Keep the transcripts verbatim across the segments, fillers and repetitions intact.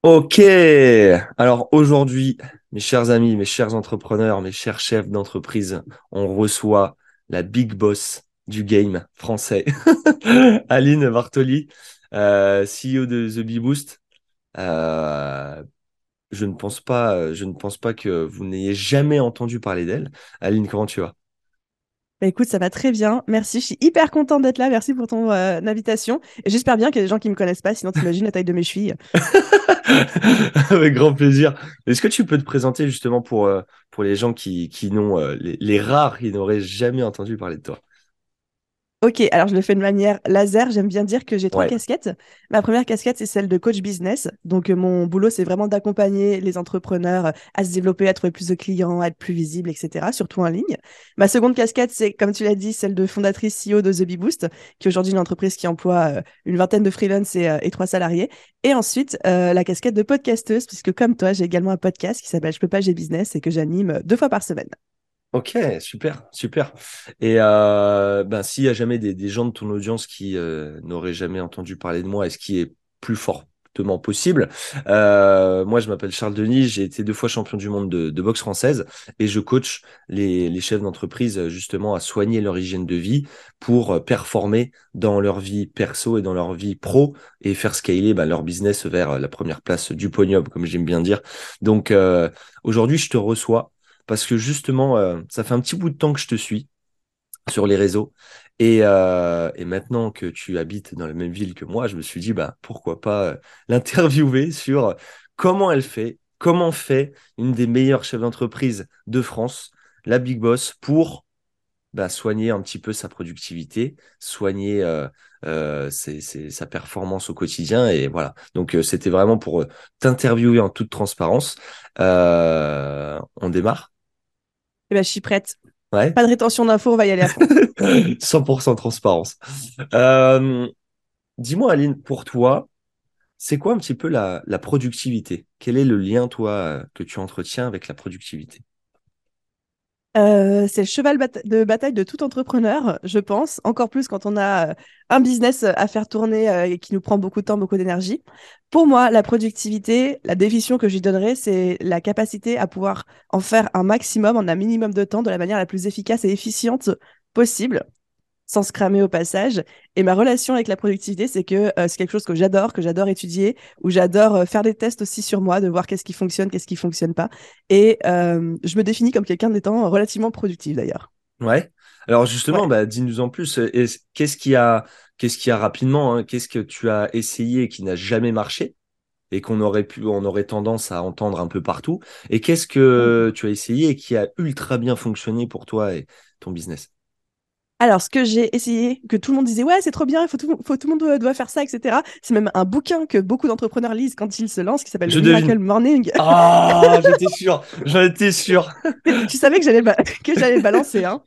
Ok, alors aujourd'hui, mes chers amis, mes chers entrepreneurs, mes chers chefs d'entreprise, on reçoit la big boss du game français, Aline Bartoli, euh, C E O de The Bee Boost. Euh, je ne pense pas, je ne pense pas que vous n'ayez jamais entendu parler d'elle. Aline, comment tu vas? Bah écoute, ça va très bien. Merci. Je suis hyper contente d'être là. Merci pour ton euh, invitation. Et j'espère bien qu'il y a des gens qui me connaissent pas, sinon t'imagines la taille de mes chevilles. Avec grand plaisir. Est-ce que tu peux te présenter justement pour, euh, pour les gens qui, qui n'ont, euh, les, les rares qui n'auraient jamais entendu parler de toi? Ok, alors je le fais de manière laser. J'aime bien dire que j'ai trois Ouais. casquettes. Ma première casquette, c'est celle de coach business. Donc, euh, mon boulot, c'est vraiment d'accompagner les entrepreneurs euh, à se développer, à trouver plus de clients, à être plus visibles, et cetera, surtout en ligne. Ma seconde casquette, c'est, comme tu l'as dit, celle de fondatrice C E O de The Bee Boost, qui est aujourd'hui une entreprise qui emploie euh, une vingtaine de freelance et, euh, et trois salariés. Et ensuite, euh, la casquette de podcasteuse, puisque comme toi, j'ai également un podcast qui s'appelle Je peux pas, j'ai business et que j'anime euh, deux fois par semaine. Ok, super, super. Et euh, ben, s'il y a jamais des, des gens de ton audience qui euh, n'auraient jamais entendu parler de moi, et ce qui est plus fortement possible, euh, moi je m'appelle Charles Denis, j'ai été deux fois champion du monde de, de boxe française et je coach les, les chefs d'entreprise euh, justement à soigner leur hygiène de vie pour euh, performer dans leur vie perso et dans leur vie pro et faire scaler ben, leur business vers euh, la première place du podium, comme j'aime bien dire. Donc euh, aujourd'hui, je te reçois parce que justement, euh, ça fait un petit bout de temps que je te suis sur les réseaux. Et, euh, et maintenant que tu habites dans la même ville que moi, je me suis dit, bah, pourquoi pas euh, l'interviewer sur comment elle fait, comment fait une des meilleures chefs d'entreprise de France, la Big Boss, pour bah, soigner un petit peu sa productivité, soigner euh, euh, ses- ses- sa performance au quotidien. Et voilà. Donc, euh, c'était vraiment pour euh, t'interviewer en toute transparence. Euh, on démarre? Et ben, je suis prête. Ouais. Pas de rétention d'infos, on va y aller à fond. cent pour cent transparence. Euh, dis-moi, Aline, pour toi, c'est quoi un petit peu la, la productivité? Quel est le lien, toi, euh, que tu entretiens avec la productivité? Euh, c'est le cheval bata- de bataille de tout entrepreneur, je pense, encore plus quand on a euh, un business à faire tourner euh, et qui nous prend beaucoup de temps, beaucoup d'énergie. Pour moi, la productivité, la définition que je lui donnerais, c'est la capacité à pouvoir en faire un maximum en un minimum de temps de la manière la plus efficace et efficiente possible, sans se cramer au passage. Et ma relation avec la productivité, c'est que euh, c'est quelque chose que j'adore, que j'adore étudier, où j'adore euh, faire des tests aussi sur moi, de voir qu'est-ce qui fonctionne, qu'est-ce qui fonctionne pas. Et euh, je me définis comme quelqu'un d'étant relativement productif d'ailleurs. Ouais. Alors Ouais. justement, bah, dis-nous en plus, euh, est-ce- qu'est-ce qui a, qu'est-ce qui a rapidement, hein, qu'est-ce que tu as essayé et qui n'a jamais marché et qu'on aurait pu, on aurait tendance à entendre un peu partout, et qu'est-ce que tu as essayé et qui a ultra bien fonctionné pour toi et ton business? Alors, ce que j'ai essayé, que tout le monde disait, ouais, c'est trop bien, il faut tout, faut, tout le monde doit, doit faire ça, et cetera. C'est même un bouquin que beaucoup d'entrepreneurs lisent quand ils se lancent, qui s'appelle le Je devine. Miracle Morning. Ah, j'étais sûr, j'en étais sûr. Tu savais que j'allais ba- que j'allais le balancer, hein.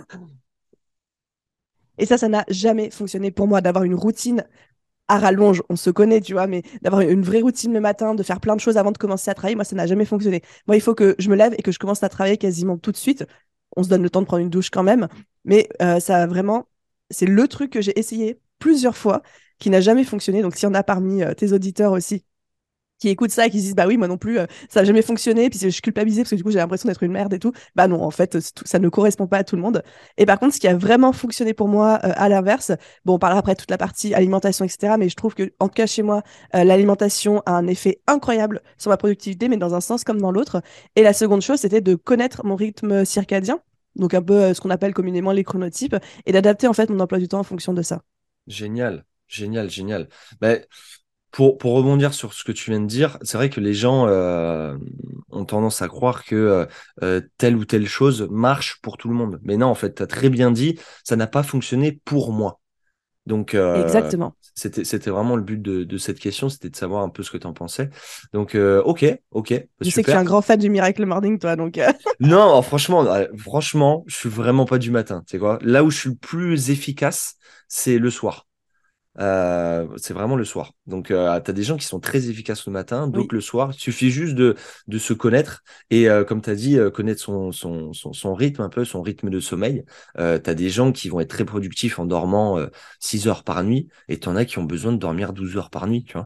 Et ça, ça n'a jamais fonctionné pour moi d'avoir une routine à rallonge, on se connaît, tu vois, mais d'avoir une vraie routine le matin, de faire plein de choses avant de commencer à travailler, moi, ça n'a jamais fonctionné. Moi, il faut que je me lève et que je commence à travailler quasiment tout de suite. On se donne le temps de prendre une douche quand même, mais euh, ça a vraiment, c'est le truc que j'ai essayé plusieurs fois qui n'a jamais fonctionné. Donc, s'il y en a parmi euh, tes auditeurs aussi qui écoutent ça et qui se disent bah oui moi non plus euh, ça n'a jamais fonctionné puis je suis culpabilisée parce que du coup j'ai l'impression d'être une merde et tout, bah non en fait c'est tout- ça ne correspond pas à tout le monde. Et par contre ce qui a vraiment fonctionné pour moi euh, à l'inverse, bon on parlera après toute la partie alimentation etc, mais je trouve que en tout cas chez moi euh, l'alimentation a un effet incroyable sur ma productivité mais dans un sens comme dans l'autre. Et la seconde chose c'était de connaître mon rythme circadien, donc un peu euh, ce qu'on appelle communément les chronotypes, et d'adapter en fait mon emploi du temps en fonction de ça. Génial, génial, génial. Ben, pour, pour rebondir sur ce que tu viens de dire, c'est vrai que les gens euh, ont tendance à croire que euh, euh, telle ou telle chose marche pour tout le monde. Mais non, en fait, tu as très bien dit, ça n'a pas fonctionné pour moi. Donc, euh, Exactement. c'était, c'était vraiment le but de, de cette question, c'était de savoir un peu ce que tu en pensais. Donc, euh, ok, ok, Je sais que tu es super. un grand fan du Miracle Morning toi donc euh, Non, alors, franchement, euh, franchement, je suis vraiment pas du matin. Tu sais quoi? Là où je suis le plus efficace, c'est le soir. Euh, c'est vraiment le soir. Donc, euh, tu as des gens qui sont très efficaces le matin, oui. d'autres le soir. Il suffit juste de, de se connaître et, euh, comme tu as dit, euh, connaître son, son, son, son rythme un peu, son rythme de sommeil. Euh, tu as des gens qui vont être très productifs en dormant euh, six heures par nuit et tu en as qui ont besoin de dormir douze heures par nuit, tu vois.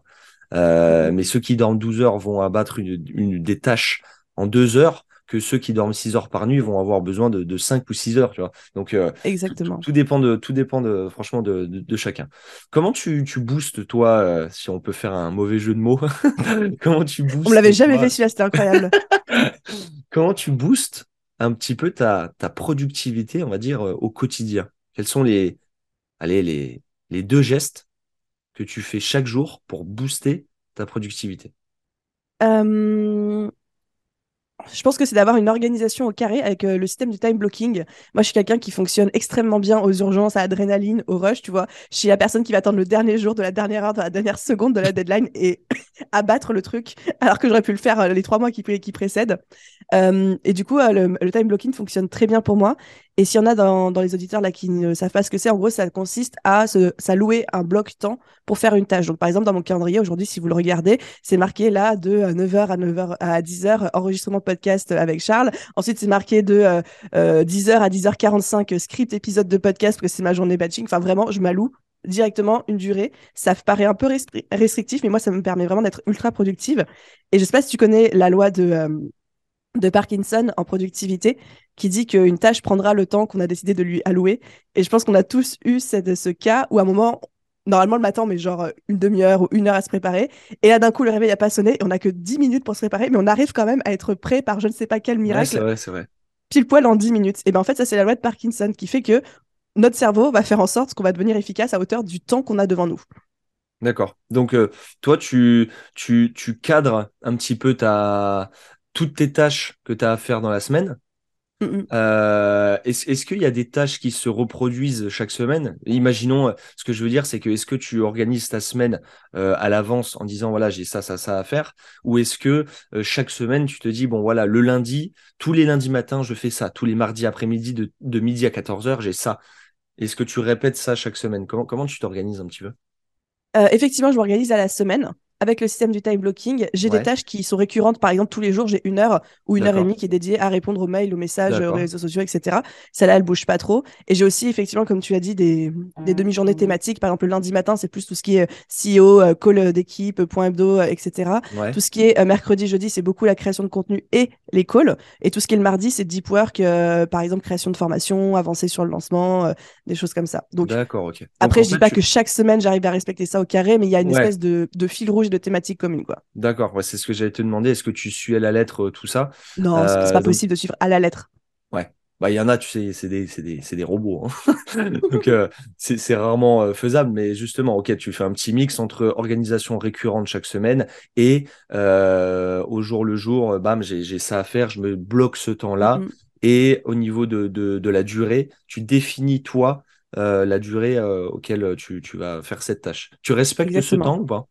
Euh, Mhm. mais ceux qui dorment douze heures vont abattre une, une, des tâches en deux heures, que ceux qui dorment six heures par nuit vont avoir besoin de, de cinq ou six heures, tu vois. Donc, euh, tout, tout, Exactement. tout dépend de, tout dépend de, franchement, de, de, de chacun. Comment tu, tu boostes, toi, euh, si on peut faire un mauvais jeu de mots, comment tu On me l'avait boostes, jamais fait toi, celui-là, c'était incroyable. comment tu boostes un petit peu ta, ta productivité, on va dire, euh, au quotidien? Quels sont les, allez, les, les deux gestes que tu fais chaque jour pour booster ta productivité? Euh, Je pense que c'est d'avoir une organisation au carré avec euh, le système du time blocking. Moi, je suis quelqu'un qui fonctionne extrêmement bien aux urgences, à l'adrénaline, au rush, tu vois. Je suis la personne qui va attendre le dernier jour de la dernière heure, de la dernière seconde de la deadline et abattre le truc, alors que j'aurais pu le faire euh, les trois mois qui, pré- qui précèdent. Euh, et du coup, euh, le, le time blocking fonctionne très bien pour moi. Et s'il y en a dans, dans les auditeurs là qui ne savent pas ce que c'est, en gros, ça consiste à se, s'allouer un bloc temps pour faire une tâche. Donc, par exemple, dans mon calendrier, aujourd'hui, si vous le regardez, c'est marqué là de euh, neuf heures à neuf heures à dix heures, enregistrement de podcast avec Charles. Ensuite, c'est marqué de euh, euh, dix heures à dix heures quarante-cinq, euh, script épisode de podcast, parce que c'est ma journée batching. Enfin, vraiment, je m'alloue directement une durée. Ça paraît un peu restri- restrictif, mais moi, ça me permet vraiment d'être ultra productive. Et je sais pas si tu connais la loi de, euh, de Parkinson en productivité qui dit qu'une tâche prendra le temps qu'on a décidé de lui allouer. Et je pense qu'on a tous eu cette, ce cas où à un moment, normalement le matin, on met genre euh, une demi-heure ou une heure à se préparer. Et là, d'un coup, le réveil n'a pas sonné et on n'a que dix minutes pour se préparer, mais on arrive quand même à être prêt par je ne sais pas quel Ouais, c'est miracle, vrai, c'est vrai. pile poil en dix minutes. Et bien en fait, ça, c'est la loi de Parkinson qui fait que notre cerveau va faire en sorte qu'on va devenir efficace à hauteur du temps qu'on a devant nous. D'accord. Donc, euh, toi, tu, tu, tu cadres un petit peu ta, toutes tes tâches que tu as à faire dans la semaine. Mm -mm. Euh, est-ce, est-ce qu'il y a des tâches qui se reproduisent chaque semaine? Imaginons, euh, ce que je veux dire, c'est que est-ce que tu organises ta semaine euh, à l'avance en disant, voilà, j'ai ça, ça, ça à faire, ou est-ce que euh, chaque semaine, tu te dis, bon, voilà, le lundi, tous les lundis matins, je fais ça, tous les mardis après-midi, de, de midi à quatorze heures, j'ai ça. Est-ce que tu répètes ça chaque semaine? Comment, comment tu t'organises un petit peu? Euh, effectivement, je m'organise à la semaine. Avec le système du time blocking, j'ai des Ouais, tâches qui sont récurrentes. Par exemple, tous les jours, j'ai une heure ou une heure et d'accord, demie qui est dédiée à répondre aux mails, aux messages, aux d'accord. réseaux sociaux, et cetera. Celle-là, elle bouge pas trop. Et j'ai aussi, effectivement, comme tu as dit, des, des demi-journées thématiques. Par exemple, le lundi matin, c'est plus tout ce qui est euh, C E O, euh, call euh, d'équipe, euh, point hebdo, euh, et cetera. Ouais, Tout ce qui est euh, mercredi, jeudi, c'est beaucoup la création de contenu et les calls. Et tout ce qui est le mardi, c'est deep work, euh, par exemple, création de formation, avancer sur le lancement, euh, des choses comme ça. Donc, d'accord, ok. Donc après, en je dis fait, pas que tu... chaque semaine j'arrive à respecter ça au carré, mais il y a une Ouais, espèce de, de fil rouge de thématique commune, quoi. d'accord, ouais, c'est ce que j'allais te demander. Est-ce que tu suis à la lettre euh, tout ça? Non, c'est c'est Euh, pas donc, possible de suivre à la lettre. ouais. Bah, il y en a, tu sais, c'est des, c'est des, c'est des robots, hein. Donc, euh, c'est c'est rarement euh, faisable, mais justement, ok, tu fais un petit mix entre organisation récurrente chaque semaine et euh, au jour le jour, euh, bam, j'ai, j'ai ça à faire, je me bloque ce Mm, temps-là. mm. Et au niveau de, de, de la durée, tu définis, toi, euh, la durée euh, auquel tu, tu vas faire cette tâche. Tu respectes ce Exactement. temps ou pas?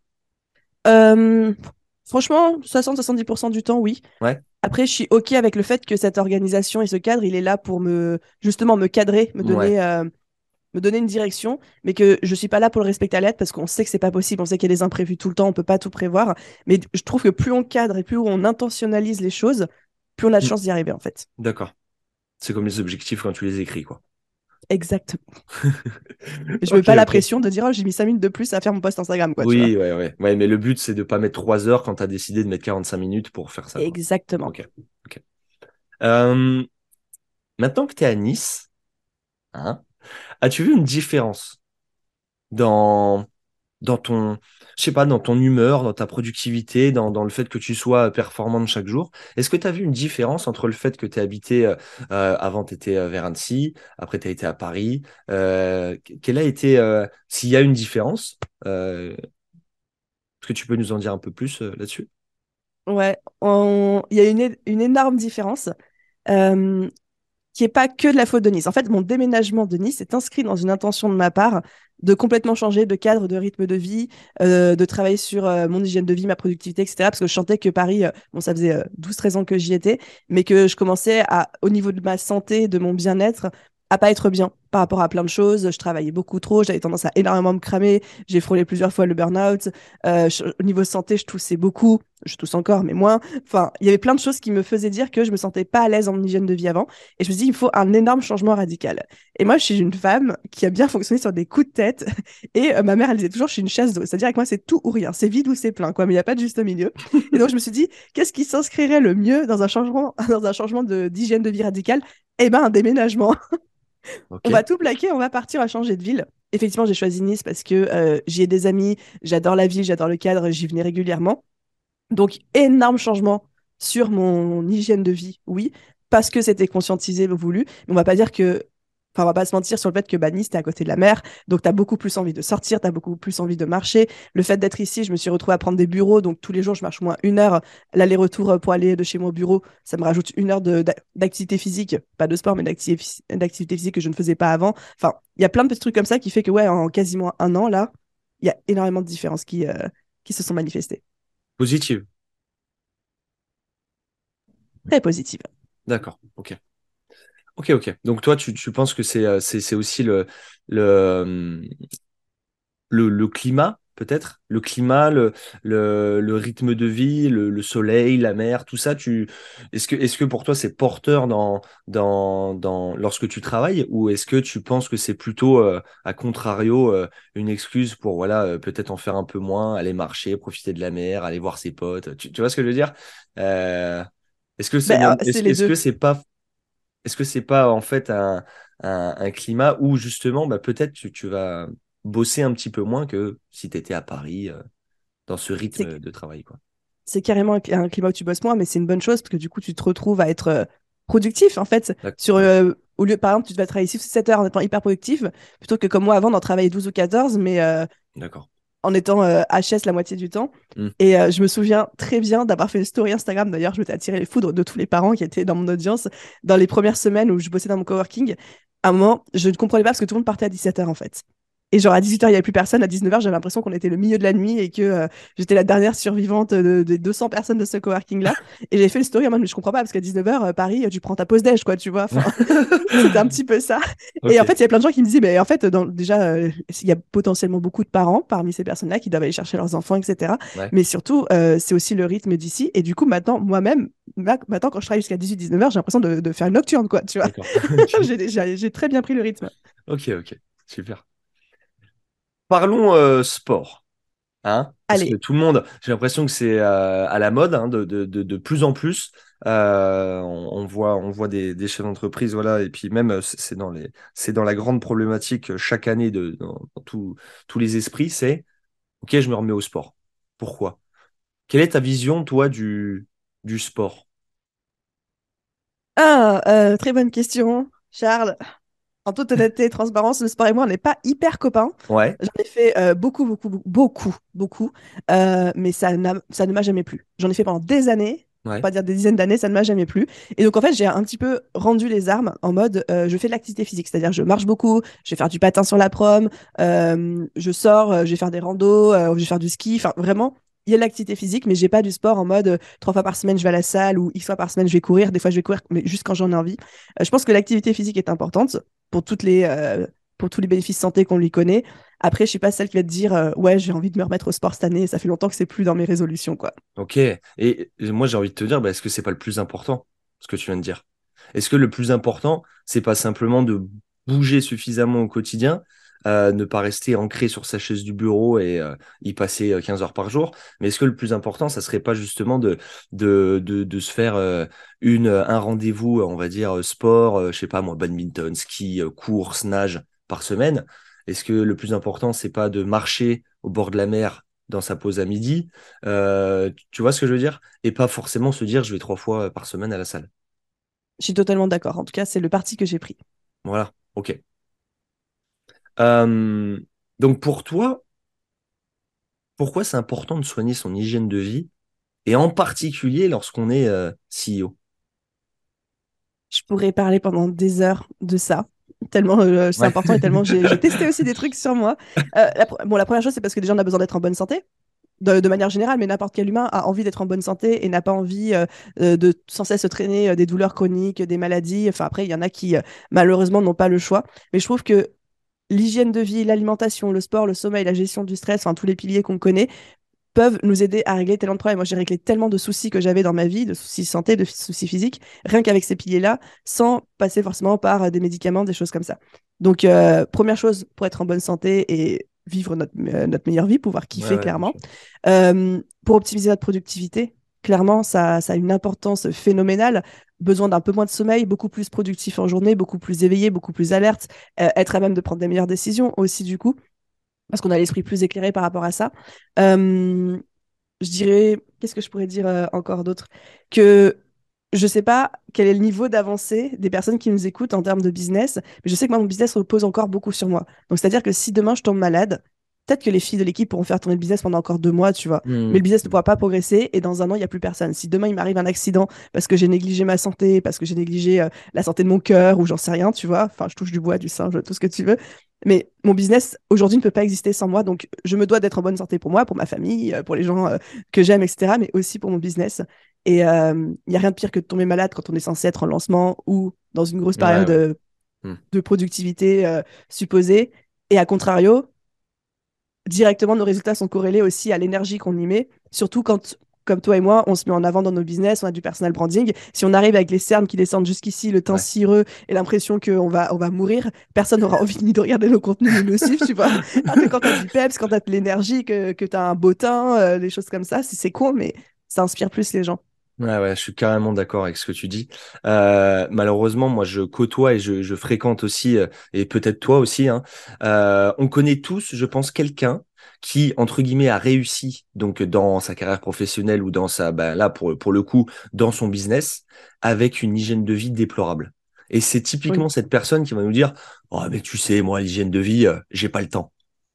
Euh, Franchement, soixante à soixante-dix pour cent du temps, oui. Ouais, Après, je suis OK avec le fait que cette organisation et ce cadre, il est là pour me, justement, me cadrer, me ouais. donner, euh, me donner une direction, mais que je suis pas là pour le respecter à la lettre parce qu'on sait que c'est pas possible, on sait qu'il y a des imprévus tout le temps, on peut pas tout prévoir. Mais je trouve que plus on cadre et plus on intentionnalise les choses, plus on a de Mm, chances d'y arriver, en fait. d'accord. C'est comme les objectifs quand tu les écris, quoi. Exactement. Je mets Ok, pas la ok. pression de dire, oh, j'ai mis cinq minutes de plus à faire mon post Instagram, quoi, tu vois. Oui, ouais, ouais. Ouais, mais le but, c'est de pas mettre trois heures quand tu as décidé de mettre quarante-cinq minutes pour faire ça, quoi. Exactement. Ok, ok. Euh, maintenant que tu es à Nice, hein, as-tu vu une différence dans, dans ton, je sais pas, dans ton humeur, dans ta productivité, dans, dans le fait que tu sois performante chaque jour? Est-ce que tu as vu une différence entre le fait que tu es habité, euh, euh, avant tu étais vers Annecy, après tu as été à Paris, euh, quelle a été, euh, s'il y a une différence, euh, est-ce que tu peux nous en dire un peu plus euh, là-dessus? Ouais, on- il y a une, é- une énorme différence euh, qui est pas que de la faute de Nice. En fait, mon déménagement de Nice est inscrit dans une intention de ma part de complètement changer de cadre, de rythme de vie, euh, de travailler sur euh, mon hygiène de vie, ma productivité, et cetera. Parce que je sentais que Paris, euh, bon, ça faisait euh, douze treize ans que j'y étais, mais que je commençais à, au niveau de ma santé, de mon bien-être, à pas être bien par rapport à plein de choses. Je travaillais beaucoup trop, j'avais tendance à énormément me cramer. J'ai frôlé plusieurs fois le burn-out. Euh, je- au niveau santé, je toussais beaucoup. Je tousse encore, mais moins. Enfin, il y avait plein de choses qui me faisaient dire que je me sentais pas à l'aise en hygiène de vie avant. Et je me suis dit, il faut un énorme changement radical. Et moi, je suis une femme qui a bien fonctionné sur des coups de tête. Et euh, ma mère, elle disait toujours, je suis une chasse d'eau. C'est-à-dire avec moi, c'est tout ou rien. C'est vide ou c'est plein, quoi. Mais il n'y a pas de juste milieu. Et donc, je me suis dit, qu'est-ce qui s'inscrirait le mieux dans un changement, dans un changement de, d'hygiène de vie radicale? Eh ben, un déménagement. Ok. On va tout plaquer, on va partir, on va changer de ville. Effectivement, j'ai choisi Nice parce que euh, j'y ai des amis, j'adore la ville, j'adore le cadre, j'y venais régulièrement. Donc, énorme changement sur mon hygiène de vie, oui, parce que c'était conscientisé, voulu. Mais on va pas dire que. Enfin, on va pas se mentir sur le fait que bah, Nice, t'es à côté de la mer, donc t'as beaucoup plus envie de sortir, t'as beaucoup plus envie de marcher. Le fait d'être ici, je me suis retrouvée à prendre des bureaux, donc tous les jours, je marche au moins une heure. L'aller-retour euh, pour aller de chez moi au bureau, ça me rajoute une heure de, d'a- d'activité physique, pas de sport, mais d'activité phys- d'activité physique que je ne faisais pas avant. Enfin, il y a plein de petits trucs comme ça qui fait que, ouais, en quasiment un an, là, il y a énormément de différences qui, euh, qui se sont manifestées. Positive. Très positives. D'accord. Ok. Ok, ok. Donc toi, tu, tu penses que c'est euh, c'est c'est aussi le le euh, le, le climat, peut-être? Le climat, le, le, le rythme de vie, le, le soleil, la mer, tout ça, tu est-ce que est-ce que pour toi c'est porteur dans dans dans lorsque tu travailles ou est-ce que tu penses que c'est plutôt euh, à contrario euh, une excuse pour voilà euh, peut-être en faire un peu moins, aller marcher, profiter de la mer, aller voir ses potes. Tu, tu vois ce que je veux dire? Euh, est-ce que c'est Ben, euh, même c'est est-ce les est-ce deux. que c'est pas est-ce que c'est pas en fait un, un, un climat où justement bah, peut-être tu, tu vas bosser un petit peu moins que si tu étais à Paris euh, dans ce C'est rythme de travail, quoi. c'est carrément un, un climat où tu bosses moins, mais c'est une bonne chose parce que du coup, tu te retrouves à être euh, productif en fait. Sur, D'accord. euh, au lieu, par exemple, tu vas travailler six ou sept heures en étant hyper productif, plutôt que comme moi avant d'en travailler douze ou quatorze, mais euh, D'accord. en étant euh, H S la moitié du temps. Hmm. Et euh, je me souviens très bien d'avoir fait une story Instagram. D'ailleurs, je m'étais attiré les foudres de tous les parents qui étaient dans mon audience dans les premières semaines où je bossais dans mon coworking. À un moment, je ne comprenais pas parce que tout le monde partait à dix-sept heures en fait. Et genre à dix-huit heures, il n'y avait plus personne. À dix-neuf heures, j'avais l'impression qu'on était le milieu de la nuit et que euh, j'étais la dernière survivante de- des deux cents personnes de ce coworking-là. Et j'ai fait une story en mode, mais je comprends pas parce qu'à dix-neuf heures, Paris, tu prends ta pause déj, quoi, tu vois. Enfin, c'était un petit peu ça. Et Ok. en fait, il y a plein de gens qui me disaient, mais en fait, dans, déjà, euh, il y a potentiellement beaucoup de parents parmi ces personnes-là qui doivent aller chercher leurs enfants, et cetera. Ouais. Mais surtout, euh, c'est aussi le rythme d'ici. Et du coup, maintenant, moi-même, ma- maintenant, quand je travaille jusqu'à dix-huit dix-neuf heures, j'ai l'impression de, de faire une nocturne, quoi, tu vois. D'accord. Ok. J'ai j'ai- j'ai très bien pris le rythme. Ok. Ok. Super. Parlons euh, sport. Hein? Parce que Allez, tout le monde, j'ai l'impression que c'est euh, à la mode hein, de, de, de, de plus en plus. Euh, on, on voit, on voit des, des chefs d'entreprise, voilà, et puis même euh, c'est c'est dans les, c'est dans la grande problématique euh, chaque année de, dans, dans tout- tous les esprits, c'est OK, je me remets au sport. Pourquoi? Quelle est ta vision, toi, du, du sport? ah, euh, très bonne question, Charles. En toute honnêteté et transparence, le sport et moi, on n'est pas hyper copains. Ouais, J'en ai fait euh, beaucoup, beaucoup, beaucoup, beaucoup, beaucoup, euh, mais ça, n'a- ça ne m'a jamais plu. J'en ai fait pendant des années, pour ouais, pas dire des dizaines d'années, ça ne m'a jamais plu. Et donc, en fait, j'ai un petit peu rendu les armes en mode, euh, je fais de l'activité physique, c'est-à-dire je marche beaucoup, je vais faire du patin sur la prom, euh, je sors, euh, je vais faire des randos, euh, je vais faire du ski, enfin, vraiment, il y a de l'activité physique, mais j'ai pas du sport en mode, euh, trois fois par semaine, je vais à la salle, ou X fois par semaine, je vais courir. Des fois, je vais courir, mais juste quand j'en ai envie. Euh, je pense que l'activité physique est importante pour toutes les, euh, pour tous les bénéfices santé qu'on lui connaît. Après, je suis pas celle qui va te dire euh, ouais, j'ai envie de me remettre au sport cette année, ça fait longtemps que c'est plus dans mes résolutions, quoi. ok. Et, et moi, j'ai envie de te dire, bah, est-ce que c'est pas le plus important, ce que tu viens de dire? Est-ce que le plus important, c'est pas simplement de bouger suffisamment au quotidien, euh, ne pas rester ancré sur sa chaise du bureau et euh, y passer euh, quinze heures par jour, mais est-ce que le plus important, ça serait pas justement de, de, de, de se faire euh, une, un rendez-vous, on va dire, euh, sport, euh, je sais pas moi, badminton, ski, euh, course, nage par semaine? Est-ce que le plus important, c'est pas de marcher au bord de la mer dans sa pause à midi? Euh, tu vois ce que je veux dire? Et pas forcément se dire, je vais trois fois par semaine à la salle. Je suis totalement d'accord. En tout cas, c'est le parti que j'ai pris. Voilà, ok. Euh, donc pour toi, pourquoi c'est important de soigner son hygiène de vie et en particulier lorsqu'on est euh, C E O? Je pourrais parler pendant des heures de ça, tellement euh, c'est Ouais. important et tellement j'ai j'ai testé aussi des trucs sur moi. Euh, la, pr- bon, la première chose, c'est parce que déjà, on a besoin d'être en bonne santé. de, de manière générale, mais n'importe quel humain a envie d'être en bonne santé et n'a pas envie euh, euh, de sans cesse se traîner euh, des douleurs chroniques, des maladies. Enfin, après, il y en a qui, euh, malheureusement, n'ont pas le choix. Mais je trouve que l'hygiène de vie, l'alimentation, le sport, le sommeil, la gestion du stress, enfin, tous les piliers qu'on connaît, peuvent nous aider à régler tellement de problèmes. Moi, j'ai réglé tellement de soucis que j'avais dans ma vie, de soucis santé, de soucis physiques, rien qu'avec ces piliers-là, sans passer forcément par euh, des médicaments, des choses comme ça. Donc, euh, première chose pour être en bonne santé et vivre notre, euh, notre meilleure vie, pouvoir Ouais, kiffer ouais, bien clairement. sûr. Euh, pour optimiser notre productivité, clairement, ça, ça a une importance phénoménale. Besoin d'un peu moins de sommeil, beaucoup plus productif en journée, beaucoup plus éveillé, beaucoup plus alerte, euh, être à même de prendre des meilleures décisions aussi, du coup parce qu'on a l'esprit plus éclairé par rapport à ça. Euh, je dirais, qu'est-ce que je pourrais dire euh, encore d'autre? Que je sais pas quel est le niveau d'avancée des personnes qui nous écoutent en termes de business, mais je sais que moi, mon business repose encore beaucoup sur moi. Donc, c'est-à-dire que si demain je tombe malade, peut-être que les filles de l'équipe pourront faire tourner le business pendant encore deux mois, tu vois. Mais Hmm. le business ne pourra pas progresser et dans un an, il n'y a plus personne. Si demain il m'arrive un accident parce que j'ai négligé ma santé, parce que j'ai négligé euh, la santé de mon cœur ou j'en sais rien, tu vois, enfin, je touche du bois, du singe, tout ce que tu veux. Mais mon business aujourd'hui ne peut pas exister sans moi, donc je me dois d'être en bonne santé pour moi, pour ma famille, euh, pour les gens euh, que j'aime, et cetera, mais aussi pour mon business. Et il euh, n'y a rien de pire que de tomber malade quand on est censé être en lancement ou dans une grosse Ouais, période ouais. euh, Hmm. de productivité euh, supposée. Et à contrario, directement, nos résultats sont corrélés aussi à l'énergie qu'on y met, surtout quand, comme toi et moi, on se met en avant dans nos business, on a du personal branding. Si on arrive avec les cernes qui descendent jusqu'ici, le teint Ouais. cireux et l'impression qu'on va, on va mourir, personne n'aura envie ni de regarder nos contenus ni de nous suivre, tu vois. Alors que quand tu as du peps, quand tu as de l'énergie, que, que tu as un beau teint, euh, des choses comme ça, c'est c'est con, mais ça inspire plus les gens. Ouais, ouais, je suis carrément d'accord avec ce que tu dis. Euh, malheureusement, moi, je côtoie et je, je fréquente aussi, euh, et peut-être toi aussi, hein, euh, on connaît tous, je pense, quelqu'un qui, entre guillemets, a réussi donc dans sa carrière professionnelle ou dans sa, ben, là, pour, pour le coup, dans son business, avec une hygiène de vie déplorable. Et c'est Oui, typiquement cette personne qui va nous dire, oh, mais tu sais, moi, l'hygiène de vie, euh, j'ai pas le temps.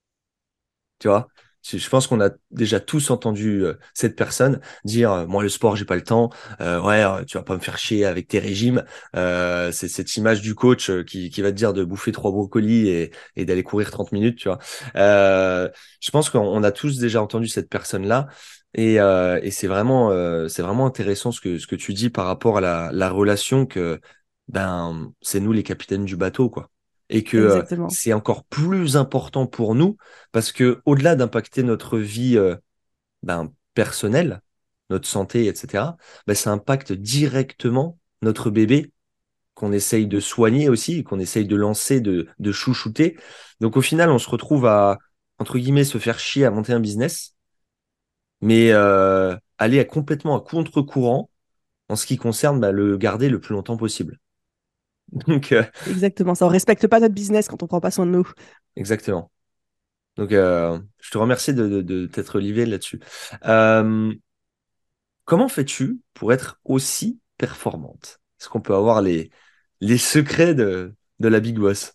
Tu vois? Je je pense qu'on a déjà tous entendu euh, cette personne dire euh, moi le sport j'ai pas le temps, euh, ouais euh, tu vas pas me faire chier avec tes régimes. Euh, c'est cette image du coach euh, qui, qui va te dire de bouffer trois brocolis et, et d'aller courir trente minutes, tu vois. Euh, je pense qu'on on a tous déjà entendu cette personne-là et, euh, et c'est vraiment euh, c'est vraiment intéressant ce que ce que tu dis par rapport à la, la relation que ben c'est nous les capitaines du bateau quoi et que euh, exactement. c'est encore plus important pour nous parce que au-delà d'impacter notre vie euh, ben, personnelle, notre santé, et cetera, ben, ça impacte directement notre bébé qu'on essaye de soigner aussi, qu'on essaye de lancer, de, de chouchouter. Donc au final, on se retrouve à, entre guillemets, se faire chier à monter un business, mais euh, aller à complètement à contre-courant en ce qui concerne ben, le garder le plus longtemps possible. Donc, euh, Exactement ça. On respecte pas notre business quand on prend pas soin de nous. exactement. Donc, euh, je te remercie de, de, de t'être livré là-dessus. Euh, Comment fais-tu pour être aussi performante? Est-ce qu'on peut avoir les, les secrets de, de la Big Boss?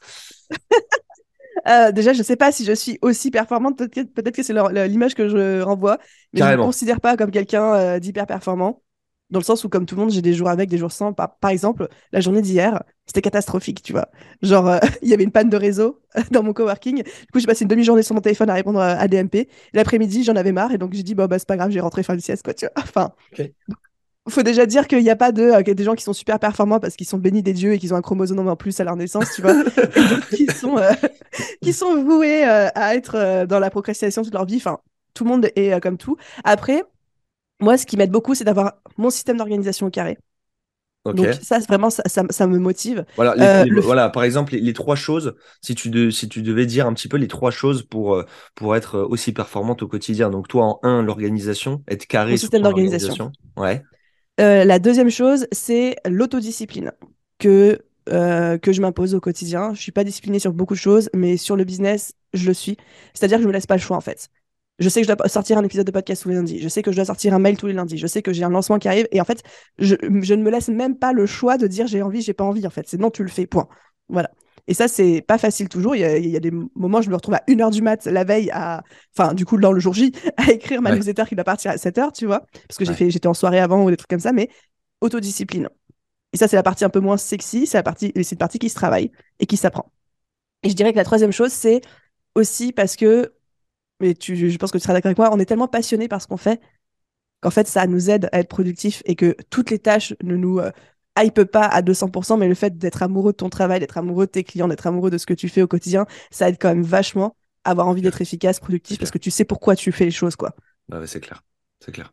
Euh, déjà, je sais pas si je suis aussi performante, peut-être que, peut-être que c'est leur- le- l'image que je renvoie, mais je me Carrément. considère pas comme quelqu'un euh, d'hyper performant, dans le sens où, comme tout le monde, j'ai des jours avec, des jours sans. Par, par exemple, la journée d'hier, c'était catastrophique, tu vois. Genre, euh, il y avait une panne de réseau dans mon coworking. Du coup, j'ai passé une demi-journée sur mon téléphone à répondre à, à D M P. L'après-midi, j'en avais marre, et donc j'ai dit, bon, bah, c'est pas grave, j'ai rentré faire une sieste, quoi, tu vois. Enfin, Ok. faut déjà dire qu'il n'y a pas de, euh, des gens qui sont super performants parce qu'ils sont bénis des dieux et qu'ils ont un chromosome en plus à leur naissance, tu vois, et d'autres qui sont, euh, qui sont voués euh, à être euh, dans la procrastination toute leur vie. Enfin, tout le monde est euh, comme tout. Après, moi, ce qui m'aide beaucoup, c'est d'avoir mon système d'organisation au carré. Donc Ok. ça, c'est vraiment, ça, ça, ça me motive. Voilà, les, Euh, les- le, f- voilà, par exemple, les, les trois choses, si tu, de, si tu devais dire un petit peu les trois choses pour, euh, pour être euh, aussi performante au quotidien. Donc, toi, en un, l'organisation, être mon carré sur système ton d'organisation. organisation. Ouais. Euh, la deuxième chose, c'est l'autodiscipline que, euh, que je m'impose au quotidien. Je suis pas disciplinée sur beaucoup de choses, mais sur le business, je le suis. C'est-à-dire que je me laisse pas le choix, en fait. Je sais que je dois sortir un épisode de podcast tous les lundis. Je sais que je dois sortir un mail tous les lundis. Je sais que j'ai un lancement qui arrive. Et en fait, je, je ne me laisse même pas le choix de dire j'ai envie, j'ai pas envie, en fait. C'est non, tu le fais, point. Voilà. Et ça, c'est pas facile toujours. Il y a, il y a des moments, je me retrouve à une heure du mat la veille, à, enfin, du coup, dans le jour J, à écrire ma Ouais. newsletter qui doit partir à sept heures, tu vois, parce que j'ai Ouais. fait, j'étais en soirée avant ou des trucs comme ça, mais autodiscipline. Et ça, c'est la partie un peu moins sexy, c'est la partie, c'est une partie qui se travaille et qui s'apprend. Et je dirais que la troisième chose, c'est aussi parce que mais tu, je pense que tu seras d'accord avec moi, on est tellement passionné par ce qu'on fait qu'en fait, ça nous aide à être productifs et que toutes les tâches ne nous euh, hype pas à deux cents pour cent, mais le fait d'être amoureux de ton travail, d'être amoureux de tes clients, d'être amoureux de ce que tu fais au quotidien, ça aide quand même vachement à avoir envie Clair, d'être efficace, c'est productif, parce clair. que tu sais pourquoi tu fais les choses, quoi. Bah ouais, c'est clair. C'est clair.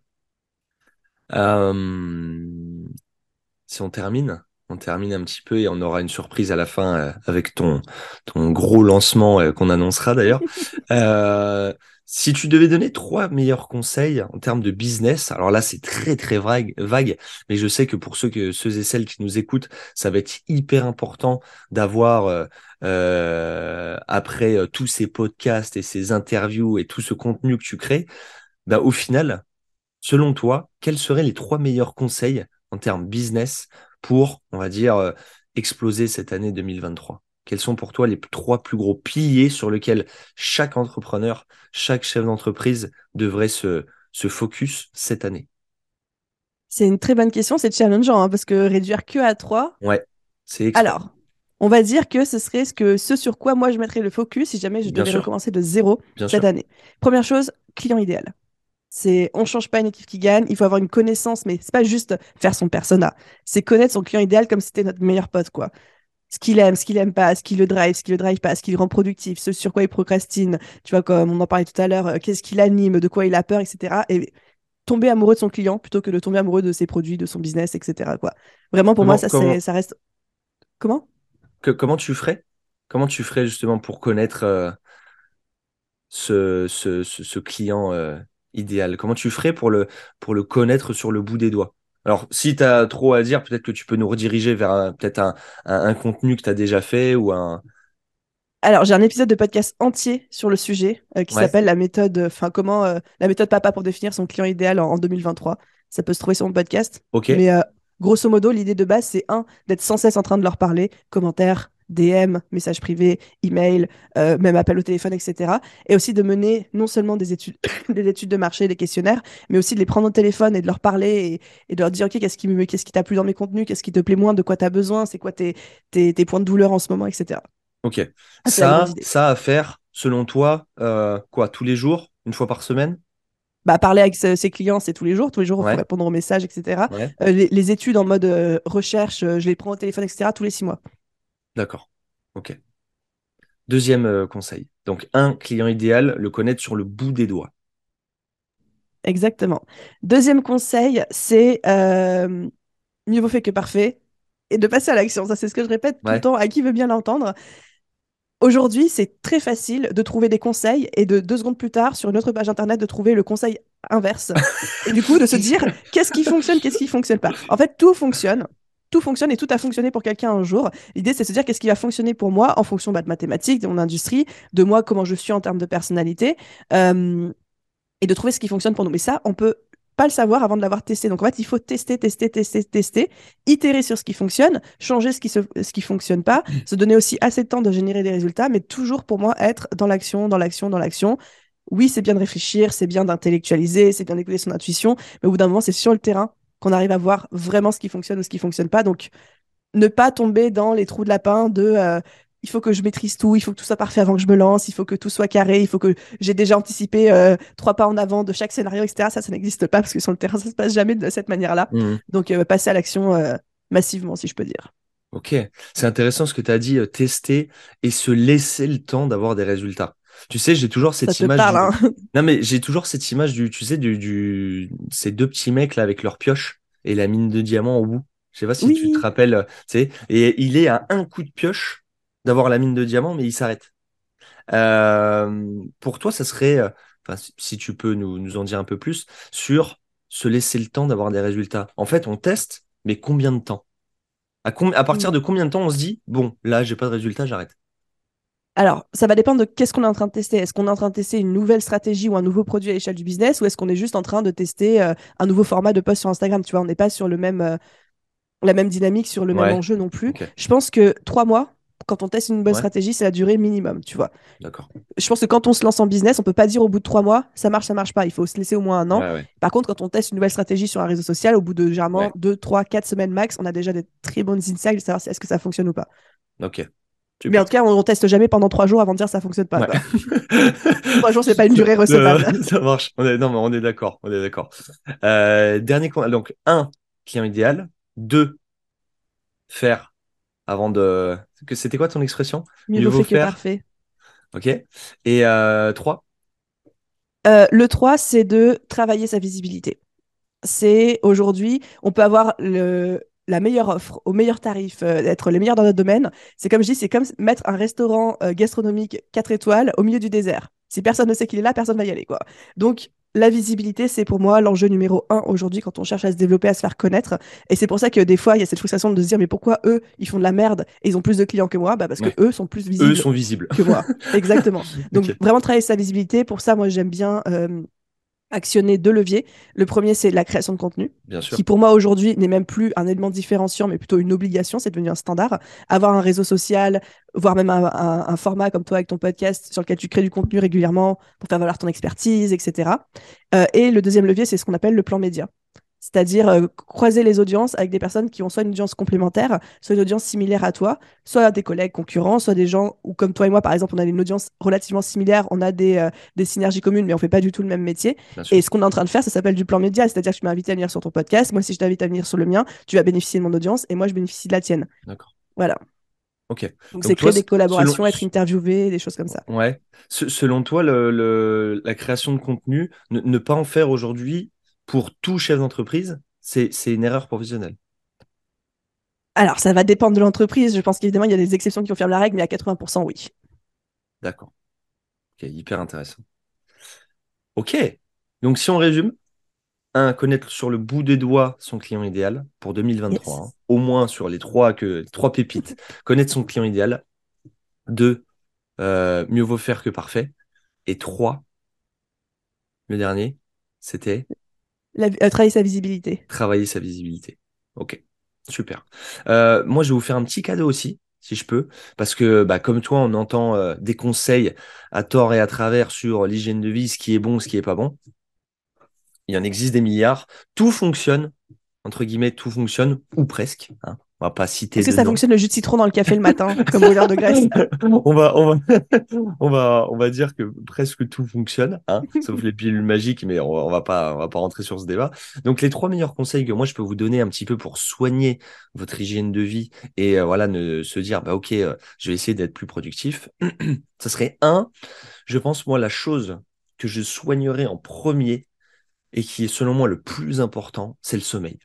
Euh, Si on termine, on termine un petit peu et on aura une surprise à la fin euh, avec ton, ton gros lancement euh, qu'on annoncera d'ailleurs. Euh, Si tu devais donner trois meilleurs conseils en termes de business, alors là c'est très très vague, vague, mais je sais que pour ceux que ceux et celles qui nous écoutent, ça va être hyper important d'avoir euh, euh, après euh, tous ces podcasts et ces interviews et tout ce contenu que tu crées, bah, au final. Selon toi, quels seraient les trois meilleurs conseils en termes business pour, on va dire, euh, exploser cette année deux mille vingt-trois? Quels sont pour toi les p- trois plus gros piliers sur lesquels chaque entrepreneur, chaque chef d'entreprise devrait se, se focus cette année? C'est une très bonne question, c'est challengeant, hein, parce que réduire que à trois. Ouais, c'est extra. Alors, on va dire que ce serait ce, que, ce sur quoi moi je mettrais le focus si jamais je Bien devais sûr, recommencer de zéro bien cette sûr. année. Première chose, client idéal. C'est, on change pas une équipe qui gagne, il faut avoir une connaissance, mais c'est pas juste faire son persona. C'est connaître son client idéal comme si c'était notre meilleur pote, quoi. Ce qu'il aime, ce qu'il aime pas, ce qui le drive, ce qui le drive pas, ce qui le rend productif, ce sur quoi il procrastine, tu vois, comme on en parlait tout à l'heure, euh, qu'est-ce qui l'anime, de quoi il a peur, et cetera. Et tomber amoureux de son client plutôt que de tomber amoureux de ses produits, de son business, et cetera, quoi. Vraiment, pour moi, Comment, ça, c'est, comment, ça reste. Comment? que- comment tu ferais? Comment tu ferais justement pour connaître euh, ce, ce, ce, ce client euh, idéal? Comment tu ferais pour le, pour le connaître sur le bout des doigts? Alors, si tu as trop à dire, peut-être que tu peux nous rediriger vers un- peut-être un, un, un contenu que tu as déjà fait ou un... Alors, j'ai un épisode de podcast entier sur le sujet euh, qui Ouais, s'appelle la méthode, enfin, comment euh, la méthode Papa pour définir son client idéal en, en deux mille vingt-trois. Ça peut se trouver sur mon podcast. ok. Mais euh, grosso modo, l'idée de base, c'est un, d'être sans cesse en train de leur parler, commentaires, D M, messages privés, email, euh, même appel au téléphone, et cetera. Et aussi de mener non seulement des études, des études de marché, des questionnaires, mais aussi de les prendre au téléphone et de leur parler et, et de leur dire, OK, qu'est-ce qui me, qu'est-ce qui t'a plu dans mes contenus, qu'est-ce qui te plaît moins, de quoi tu as besoin, c'est quoi tes, tes, tes points de douleur en ce moment, et cetera. Ok. Ah, c'est la grande Ça, idée. ça à faire, selon toi, euh, quoi, tous les jours, une fois par semaine? Bah, parler avec ce- ses clients, c'est tous les jours. Tous les jours, il faut Ouais, répondre aux messages, et cetera. ouais, Euh, les, les études en mode euh, recherche, euh, je les prends au téléphone, et cetera, tous les six mois. d'accord. Ok. Deuxième euh, conseil. Donc, un client idéal, le connaître sur le bout des doigts. Exactement. Deuxième conseil, c'est euh, mieux vaut fait que parfait et de passer à l'action. Ça, c'est ce que je répète tout le Ouais. temps à qui veut bien l'entendre. Aujourd'hui, c'est très facile de trouver des conseils et de deux secondes plus tard, sur une autre page internet, de trouver le conseil inverse. Et du coup, de se dire qu'est-ce qui fonctionne, qu'est-ce qui fonctionne pas. En fait, tout fonctionne. Tout fonctionne et tout a fonctionné pour quelqu'un un jour. L'idée, c'est de se dire qu'est-ce qui va fonctionner pour moi en fonction bah, de mathématiques, de mon industrie, de moi, comment je suis en termes de personnalité. Euh, et de trouver ce qui fonctionne pour nous. Mais ça, on peut pas le savoir avant de l'avoir testé. Donc en fait, il faut tester, tester, tester, tester, itérer sur ce qui fonctionne, changer ce qui se, ce qui fonctionne pas, se donner aussi assez de temps de générer des résultats, mais toujours pour moi être dans l'action, dans l'action, dans l'action. Oui, c'est bien de réfléchir, c'est bien d'intellectualiser, c'est bien d'écouter son intuition, mais au bout d'un moment, c'est sur le terrain qu'on arrive à voir vraiment ce qui fonctionne ou ce qui fonctionne pas. Donc ne pas tomber dans les trous de lapin de euh, il faut que je maîtrise tout, il faut que tout soit parfait avant que je me lance, il faut que tout soit carré, il faut que j'ai déjà anticipé euh, trois pas en avant de chaque scénario, et cetera. Ça, ça n'existe pas parce que sur le terrain, ça se passe jamais de cette manière-là. Mhm. Donc, euh, passer à l'action euh, massivement, si je peux dire. Ok. C'est intéressant ce que tu as dit, euh, tester et se laisser le temps d'avoir des résultats. Tu sais, j'ai toujours Ça cette te image parle, hein? du... Non, mais j'ai toujours cette image du, tu sais, du, du... ces deux petits mecs là avec leur pioche et la mine de diamant au bout. Je sais pas si tu te Oui. rappelles, euh, tu sais, et il est à un coup de pioche d'avoir la mine de diamant, mais il s'arrête. Euh, pour toi, ça serait, euh, enfin, si si tu peux nous, nous en dire un peu plus, sur se laisser le temps d'avoir des résultats. En fait, on teste, mais combien de temps? À, com- à partir de combien de temps on se dit, bon, là, j'ai pas de résultat, j'arrête. Alors, ça va dépendre de qu'est-ce qu'on est en train de tester. Est-ce qu'on est en train de tester une nouvelle stratégie ou un nouveau produit à l'échelle du business ou est-ce qu'on est juste en train de tester euh, un nouveau format de post sur Instagram? Tu vois, on n'est pas sur le même, euh, la même dynamique, sur le même Ouais, enjeu non plus. ok, Je pense que trois mois, quand on teste une bonne ouais, stratégie, c'est la durée minimum, tu vois. d'accord. Je pense que quand on se lance en business, on peut pas dire au bout de trois mois, ça marche, ça marche pas. Il faut se laisser au moins un an. Ouais, ouais, Par contre, quand on teste une nouvelle stratégie sur un réseau social, au bout de généralement ouais, deux, trois, quatre semaines max, on a déjà des très bonnes insights de savoir si est-ce que ça fonctionne ou pas. ok. Mais en Super. tout cas, on, on teste jamais pendant trois jours avant de dire ça fonctionne pas, Ouais. quoi. Trois jours, c'est pas une durée recevable. Euh, ça marche. On est, non, mais on est d'accord. On est d'accord. Euh, dernier con- donc un client idéal, deux faire avant de. Que c'était quoi ton expression? Mieux Mieux vaut vaut fait que faire. parfait. Ok. Et euh, trois. Euh, le trois, c'est de travailler sa visibilité. C'est aujourd'hui, on peut avoir le, la meilleure offre au meilleur tarif, euh, être les meilleurs dans notre domaine. C'est comme je dis, c'est comme mettre un restaurant euh, gastronomique quatre étoiles au milieu du désert. Si personne ne sait qu'il est là, personne va y aller, quoi. Donc, la visibilité, c'est pour moi l'enjeu numéro un aujourd'hui quand on cherche à se développer, à se faire connaître. Et c'est pour ça que des fois, il y a cette frustration de se dire, mais pourquoi eux, ils font de la merde et ils ont plus de clients que moi? Bah, parce que Ouais. eux sont plus Eux visibles sont visibles. que moi. Exactement. Donc, Ok. vraiment travailler sa visibilité. Pour ça, moi, j'aime bien euh, actionner deux leviers. Le premier, c'est la création de contenu, Bien sûr. qui pour moi aujourd'hui n'est même plus un élément différenciant, mais plutôt une obligation, c'est devenu un standard. Avoir un réseau social, voire même un, un- un format comme toi avec ton podcast sur lequel tu crées du contenu régulièrement pour faire valoir ton expertise, et cetera. Euh, et le deuxième levier, c'est ce qu'on appelle le plan média. C'est-à-dire euh, croiser les audiences avec des personnes qui ont soit une audience complémentaire, soit une audience similaire à toi, soit des collègues concurrents, soit des gens, ou comme toi et moi, par exemple, on a une audience relativement similaire, on a des, euh, des synergies communes, mais on fait pas du tout le même métier. Bien Et sûr. ce qu'on est en train de faire, ça s'appelle du plan média, c'est-à-dire que tu m'as invité à venir sur ton podcast, moi si je t'invite à venir sur le mien, tu vas bénéficier de mon audience et moi je bénéficie de la tienne. D'accord. Voilà. Ok. Donc c'est Donc toi, créer des c- selon, collaborations, être interviewé, des choses comme ça. ouais, Se- selon toi, le, le- la création de contenu, ne, ne pas en faire aujourd'hui pour tout chef d'entreprise, c'est, c'est une erreur professionnelle. Alors ça va dépendre de l'entreprise, je pense qu'évidemment il y a des exceptions qui confirment la règle, mais à quatre-vingts pour cent oui. D'accord. Ok, hyper intéressant. Ok. Donc si on résume, un, connaître sur le bout des doigts son client idéal pour deux mille vingt-trois, Yes. hein. Au moins sur les trois, que, les trois pépites, connaître son client idéal. Deux, euh, mieux vaut faire que parfait. Et trois, le dernier, c'était La- euh, travailler sa visibilité. travailler sa visibilité. Ok, super. Euh, moi, je vais vous faire un petit cadeau aussi, si je peux, parce que bah, comme toi, on entend euh, des conseils à tort et à travers sur l'hygiène de vie, ce qui est bon, ce qui est pas bon. Il en existe des milliards. Tout fonctionne, entre guillemets, tout fonctionne, ou presque, hein. On va pas citer Est-ce que de ça nom. fonctionne le jus de citron dans le café le matin, comme brûleur de graisse? On va, on va, on va, on va dire que presque tout fonctionne, hein, sauf les pilules magiques, mais on, va- on va pas, on va pas rentrer sur ce débat. Donc, les trois meilleurs conseils que moi je peux vous donner un petit peu pour soigner votre hygiène de vie et euh, voilà, ne se dire, bah ok, euh, je vais essayer d'être plus productif. Ça serait un, je pense moi la chose que je soignerais en premier et qui est selon moi le plus important, c'est le sommeil.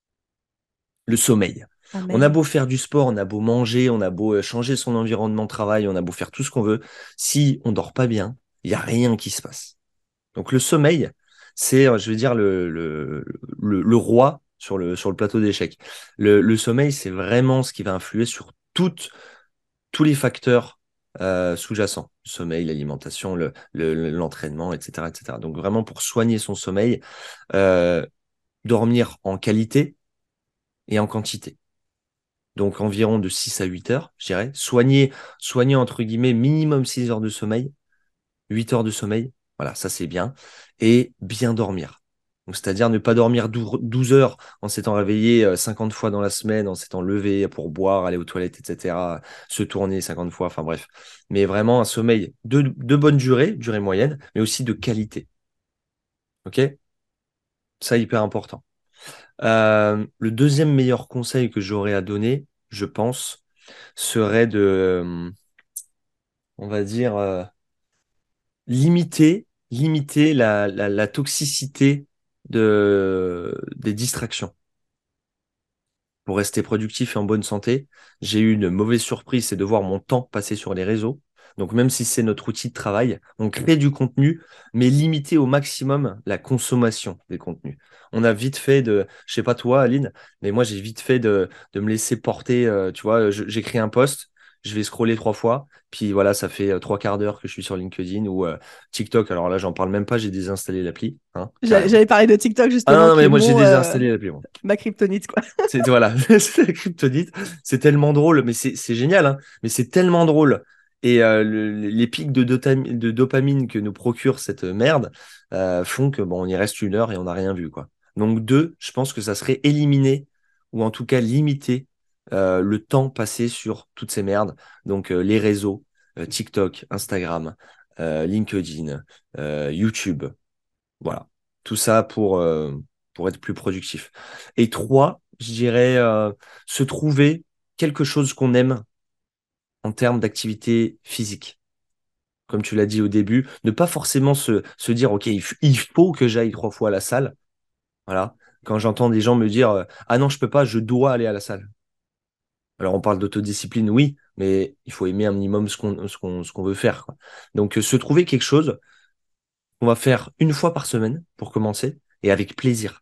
Le sommeil. On a Amen. beau faire du sport, on a beau manger, on a beau euh, changer son environnement de travail, on a beau faire tout ce qu'on veut, si on dort pas bien, il y a rien qui se passe. Donc le sommeil, c'est, euh, je veux dire, le, le, le, le roi sur le, sur le plateau d'échecs. Le, le sommeil, c'est vraiment ce qui va influer sur toutes, tous les facteurs euh, sous-jacents. Le sommeil, l'alimentation, le, le, l'entraînement, et cetera, et cetera. Donc vraiment pour soigner son sommeil, euh, dormir en qualité et en quantité. Donc environ de six à huit heures, je dirais. Soigner, soigner entre guillemets minimum six heures de sommeil, huit heures de sommeil, voilà, ça c'est bien. Et bien dormir. Donc c'est-à-dire ne pas dormir douze heures en s'étant réveillé euh, cinquante fois dans la semaine, en s'étant levé pour boire, aller aux toilettes, et cetera, se tourner cinquante fois, enfin bref. Mais vraiment un sommeil de, de bonne durée, durée moyenne, mais aussi de qualité. OK? Ça, hyper important. Euh, le deuxième meilleur conseil que j'aurais à donner, je pense, serait de, euh, on va dire, euh, limiter, limiter la, la, la toxicité de, des distractions. Pour rester productif et en bonne santé, j'ai eu une mauvaise surprise, c'est de voir mon temps passer sur les réseaux. Donc même si c'est notre outil de travail, on crée du contenu, mais limiter au maximum la consommation des contenus. On a vite fait de, je sais pas toi, Aline, mais moi j'ai vite fait de, de me laisser porter. Euh, tu vois, je- j'écris un post, je vais scroller trois fois, puis voilà, ça fait euh, trois quarts d'heure que je suis sur LinkedIn ou euh, TikTok. Alors là, j'en parle même pas, j'ai désinstallé l'appli, hein, J'allais carrément. j'allais parler de TikTok Ah justement, non, non, qui mais est moi j'ai mon euh, désinstallé l'appli. ma kryptonite, quoi. C'est voilà, c'est la kryptonite. C'est tellement drôle, mais c'est c'est génial, hein. Mais c'est tellement drôle. Et euh, le- les pics de, dotami- de dopamine que nous procure cette merde euh, font que bon, on y reste une heure et on n'a rien vu, quoi. Donc deux, je pense que ça serait éliminer ou en tout cas limiter euh, le temps passé sur toutes ces merdes. Donc, euh, les réseaux, euh, TikTok, Instagram, euh, LinkedIn, euh, YouTube. Voilà. Tout ça pour, euh, pour être plus productif. Et trois, je dirais euh, se trouver quelque chose qu'on aime en termes d'activité physique. Comme tu l'as dit au début, ne pas forcément se, se dire, OK, il, f- il faut que j'aille trois fois à la salle. Voilà. Quand j'entends des gens me dire, euh, ah non, je peux pas, je dois aller à la salle. Alors, on parle d'autodiscipline, oui, mais il faut aimer un minimum ce qu'on ce qu'on, ce qu'on veut faire, quoi. Donc, euh, se trouver quelque chose qu'on va faire une fois par semaine pour commencer et avec plaisir.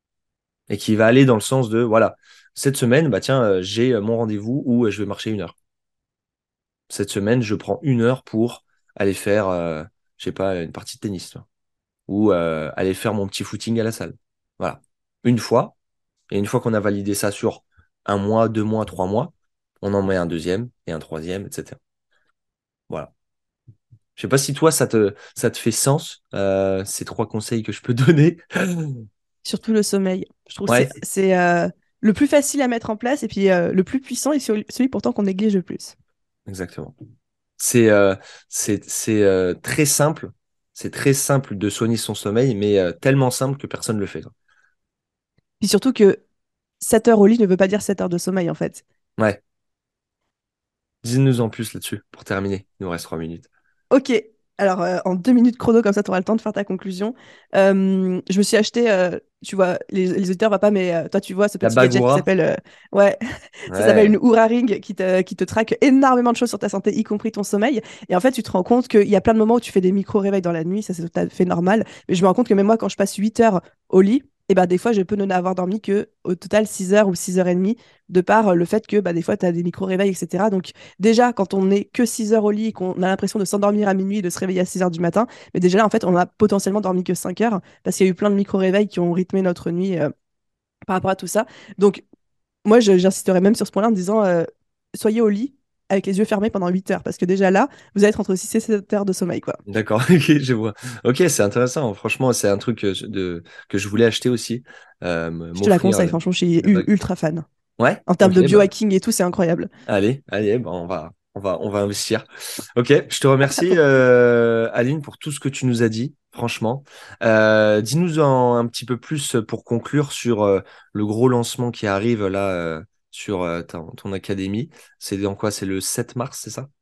Et qui va aller dans le sens de, voilà, cette semaine, bah tiens, euh, j'ai euh, mon rendez-vous où euh, je vais marcher une heure. Cette semaine, je prends une heure pour aller faire, euh, je sais pas, une partie de tennis, tu vois, ou euh, aller faire mon petit footing à la salle. Voilà. Une fois, et une fois qu'on a validé ça sur un mois, deux mois, trois mois, on en met un deuxième et un troisième, et cetera. Voilà. Je sais pas si toi, ça te, ça te fait sens, euh, ces trois conseils que je peux donner. Surtout le sommeil. Je trouve que c'est Ouais, c'est, euh, le plus facile à mettre en place et puis euh, le plus puissant et celui celui pourtant qu'on néglige le plus. exactement. C'est euh, c'est c'est euh, très simple. C'est très simple de soigner son sommeil, mais euh, tellement simple que personne ne le fait, quoi. Puis surtout que sept heures au lit ne veut pas dire sept heures de sommeil en fait. Ouais. Dis-nous en plus là-dessus pour terminer. Il nous reste trois minutes. Ok, alors euh, en deux minutes chrono, comme ça tu auras le temps de faire ta conclusion. Euh, je me suis acheté, euh, tu vois, les, les auditeurs voient pas, mais euh, toi tu vois ce La petit gadget qui Bagoura. s'appelle, euh, ouais, ça s'appelle une Ouais. Oura Ring qui te, qui te traque énormément de choses sur ta santé, y compris ton sommeil. Et en fait, tu te rends compte qu'il y a plein de moments où tu fais des micro-réveils dans la nuit, ça c'est tout à fait normal. Mais je me rends compte que même moi, quand je passe huit heures au lit, et ben, des fois, je peux ne n'avoir dormi que au total six heures ou six heures trente, de par euh, le fait que bah, des fois, tu as des micro-réveils, et cetera. Donc, déjà, quand on n'est que six heures au lit et qu'on a l'impression de s'endormir à minuit et de se réveiller à six heures du matin, mais déjà là, en fait, on a potentiellement dormi que cinq heures parce qu'il y a eu plein de micro-réveils qui ont rythmé notre nuit euh, par rapport à tout ça. Donc, moi, je- j'insisterais même sur ce point-là en disant euh, soyez au lit avec les yeux fermés pendant huit heures parce que déjà là, vous allez être entre six et sept heures de sommeil, quoi. D'accord. Ok, je vois. Ok, c'est intéressant. Franchement, c'est un truc que, je- de, que je voulais acheter aussi. Euh, m- Je te la m'offrir conseille, la, franchement, je suis la u- bague. ultra fan. Ouais. En termes Ok, de bah. biohacking et tout, c'est incroyable. Allez, allez, bah, on va, on va, on va investir. Ok, je te remercie, euh, Aline, pour tout ce que tu nous as dit, franchement. Euh, dis-nous en, un petit peu plus pour conclure sur euh, le gros lancement qui arrive là euh, sur euh, ton, ton académie. C'est dans quoi? C'est le sept mars, c'est ça?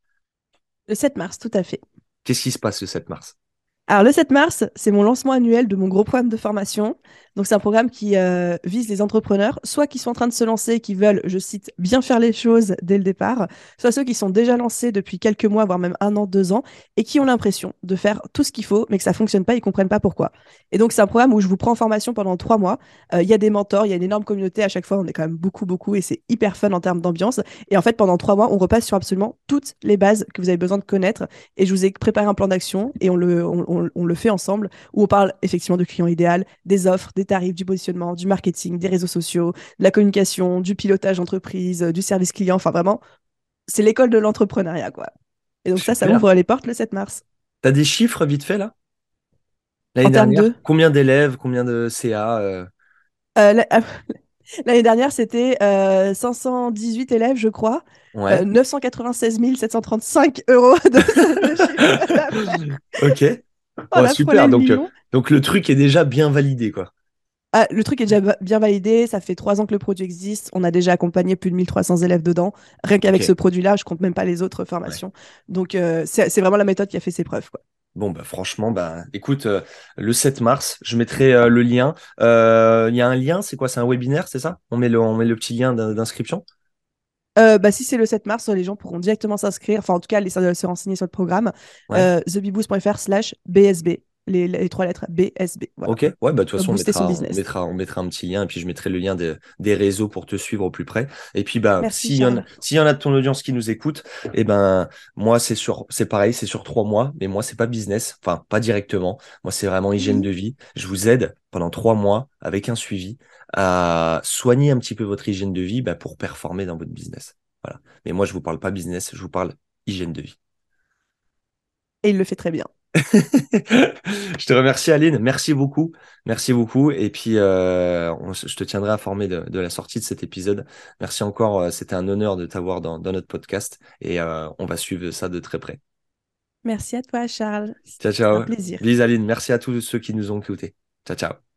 Le sept mars, tout à fait. Qu'est-ce qui se passe le sept mars? Alors, le sept mars, c'est mon lancement annuel de mon gros programme de formation. Donc, c'est un programme qui euh, vise les entrepreneurs, soit qui sont en train de se lancer et qui veulent, je cite, bien faire les choses dès le départ, soit ceux qui sont déjà lancés depuis quelques mois, voire même un an, deux ans, et qui ont l'impression de faire tout ce qu'il faut, mais que ça fonctionne pas, ils comprennent pas pourquoi. Et donc, c'est un programme où je vous prends en formation pendant trois mois. Euh, Il y a des mentors, il y a une énorme communauté à chaque fois, on est quand même beaucoup, beaucoup, et c'est hyper fun en termes d'ambiance. Et en fait, pendant trois mois, on repasse sur absolument toutes les bases que vous avez besoin de connaître et je vous ai préparé un plan d'action et on le, on, on- on le fait ensemble où on parle effectivement du client idéal, des offres, des tarifs, du positionnement, du marketing, des réseaux sociaux, de la communication, du pilotage d'entreprise, euh, du service client. Enfin, vraiment, c'est l'école de l'entrepreneuriat, quoi. Et donc ça, ça Super. ouvre les portes le sept mars. T'as des chiffres vite fait là? L'année En termes dernière? de... Combien d'élèves? Combien de C A? euh euh, la- L'année dernière, c'était euh, cinq cent dix-huit élèves, je crois, euh, Ouais. neuf cent quatre-vingt-seize mille sept cent trente-cinq euros de, de chiffre d'affaires. Ok. On Oh, a frôlé super. le Donc, euh, million. donc le truc est déjà bien validé, quoi. Ah, le truc est déjà va- bien validé, ça fait trois ans que le produit existe, on a déjà accompagné plus de mille trois cents élèves dedans. Rien Ok. qu'avec ce produit-là, je compte même pas les autres Ouais. formations. Donc euh, c'est c'est vraiment la méthode qui a fait ses preuves, quoi. Bon, bah, franchement, bah, écoute, euh, le sept mars, je mettrai euh, le lien. Euh, Il y a un lien, c'est quoi? C'est un webinaire, c'est ça? On met le, on met le petit lien d'in- d'inscription? Euh, bah, si c'est le sept mars, les gens pourront directement s'inscrire, enfin en tout cas aller se se renseigner sur le programme, Ouais. euh, thebiboost.fr slash B S B, les, les trois lettres B S B, voilà. Ok. Ouais, bah, de toute Euh, façon, on Booster son mettra, on business. mettra, on mettra un petit lien et puis je mettrai le lien des, des réseaux pour te suivre au plus près. Et puis, bah, Merci s'il y en a, Charles. s'il y en a de ton audience qui nous écoute, eh ben, moi, c'est sur, c'est pareil, c'est sur trois mois, mais moi, c'est pas business. Enfin, pas directement. Moi, c'est vraiment hygiène Oui. de vie. Je vous aide pendant trois mois avec un suivi à soigner un petit peu votre hygiène de vie, bah, pour performer dans votre business. Voilà. Mais moi, je vous parle pas business, je vous parle hygiène de vie. Et il le fait très bien. Je te remercie, Aline. Merci beaucoup. Merci beaucoup. Et puis, euh, on- je te tiendrai informé de, de la sortie de cet épisode. Merci encore. euh, C'était un honneur de t'avoir dans, dans notre podcast et euh, on va suivre ça de très près. Merci à toi, Charles. Ciao, C'était un ciao. plaisir. Bis, Aline. Merci à tous ceux qui nous ont écoutés. Ciao, ciao.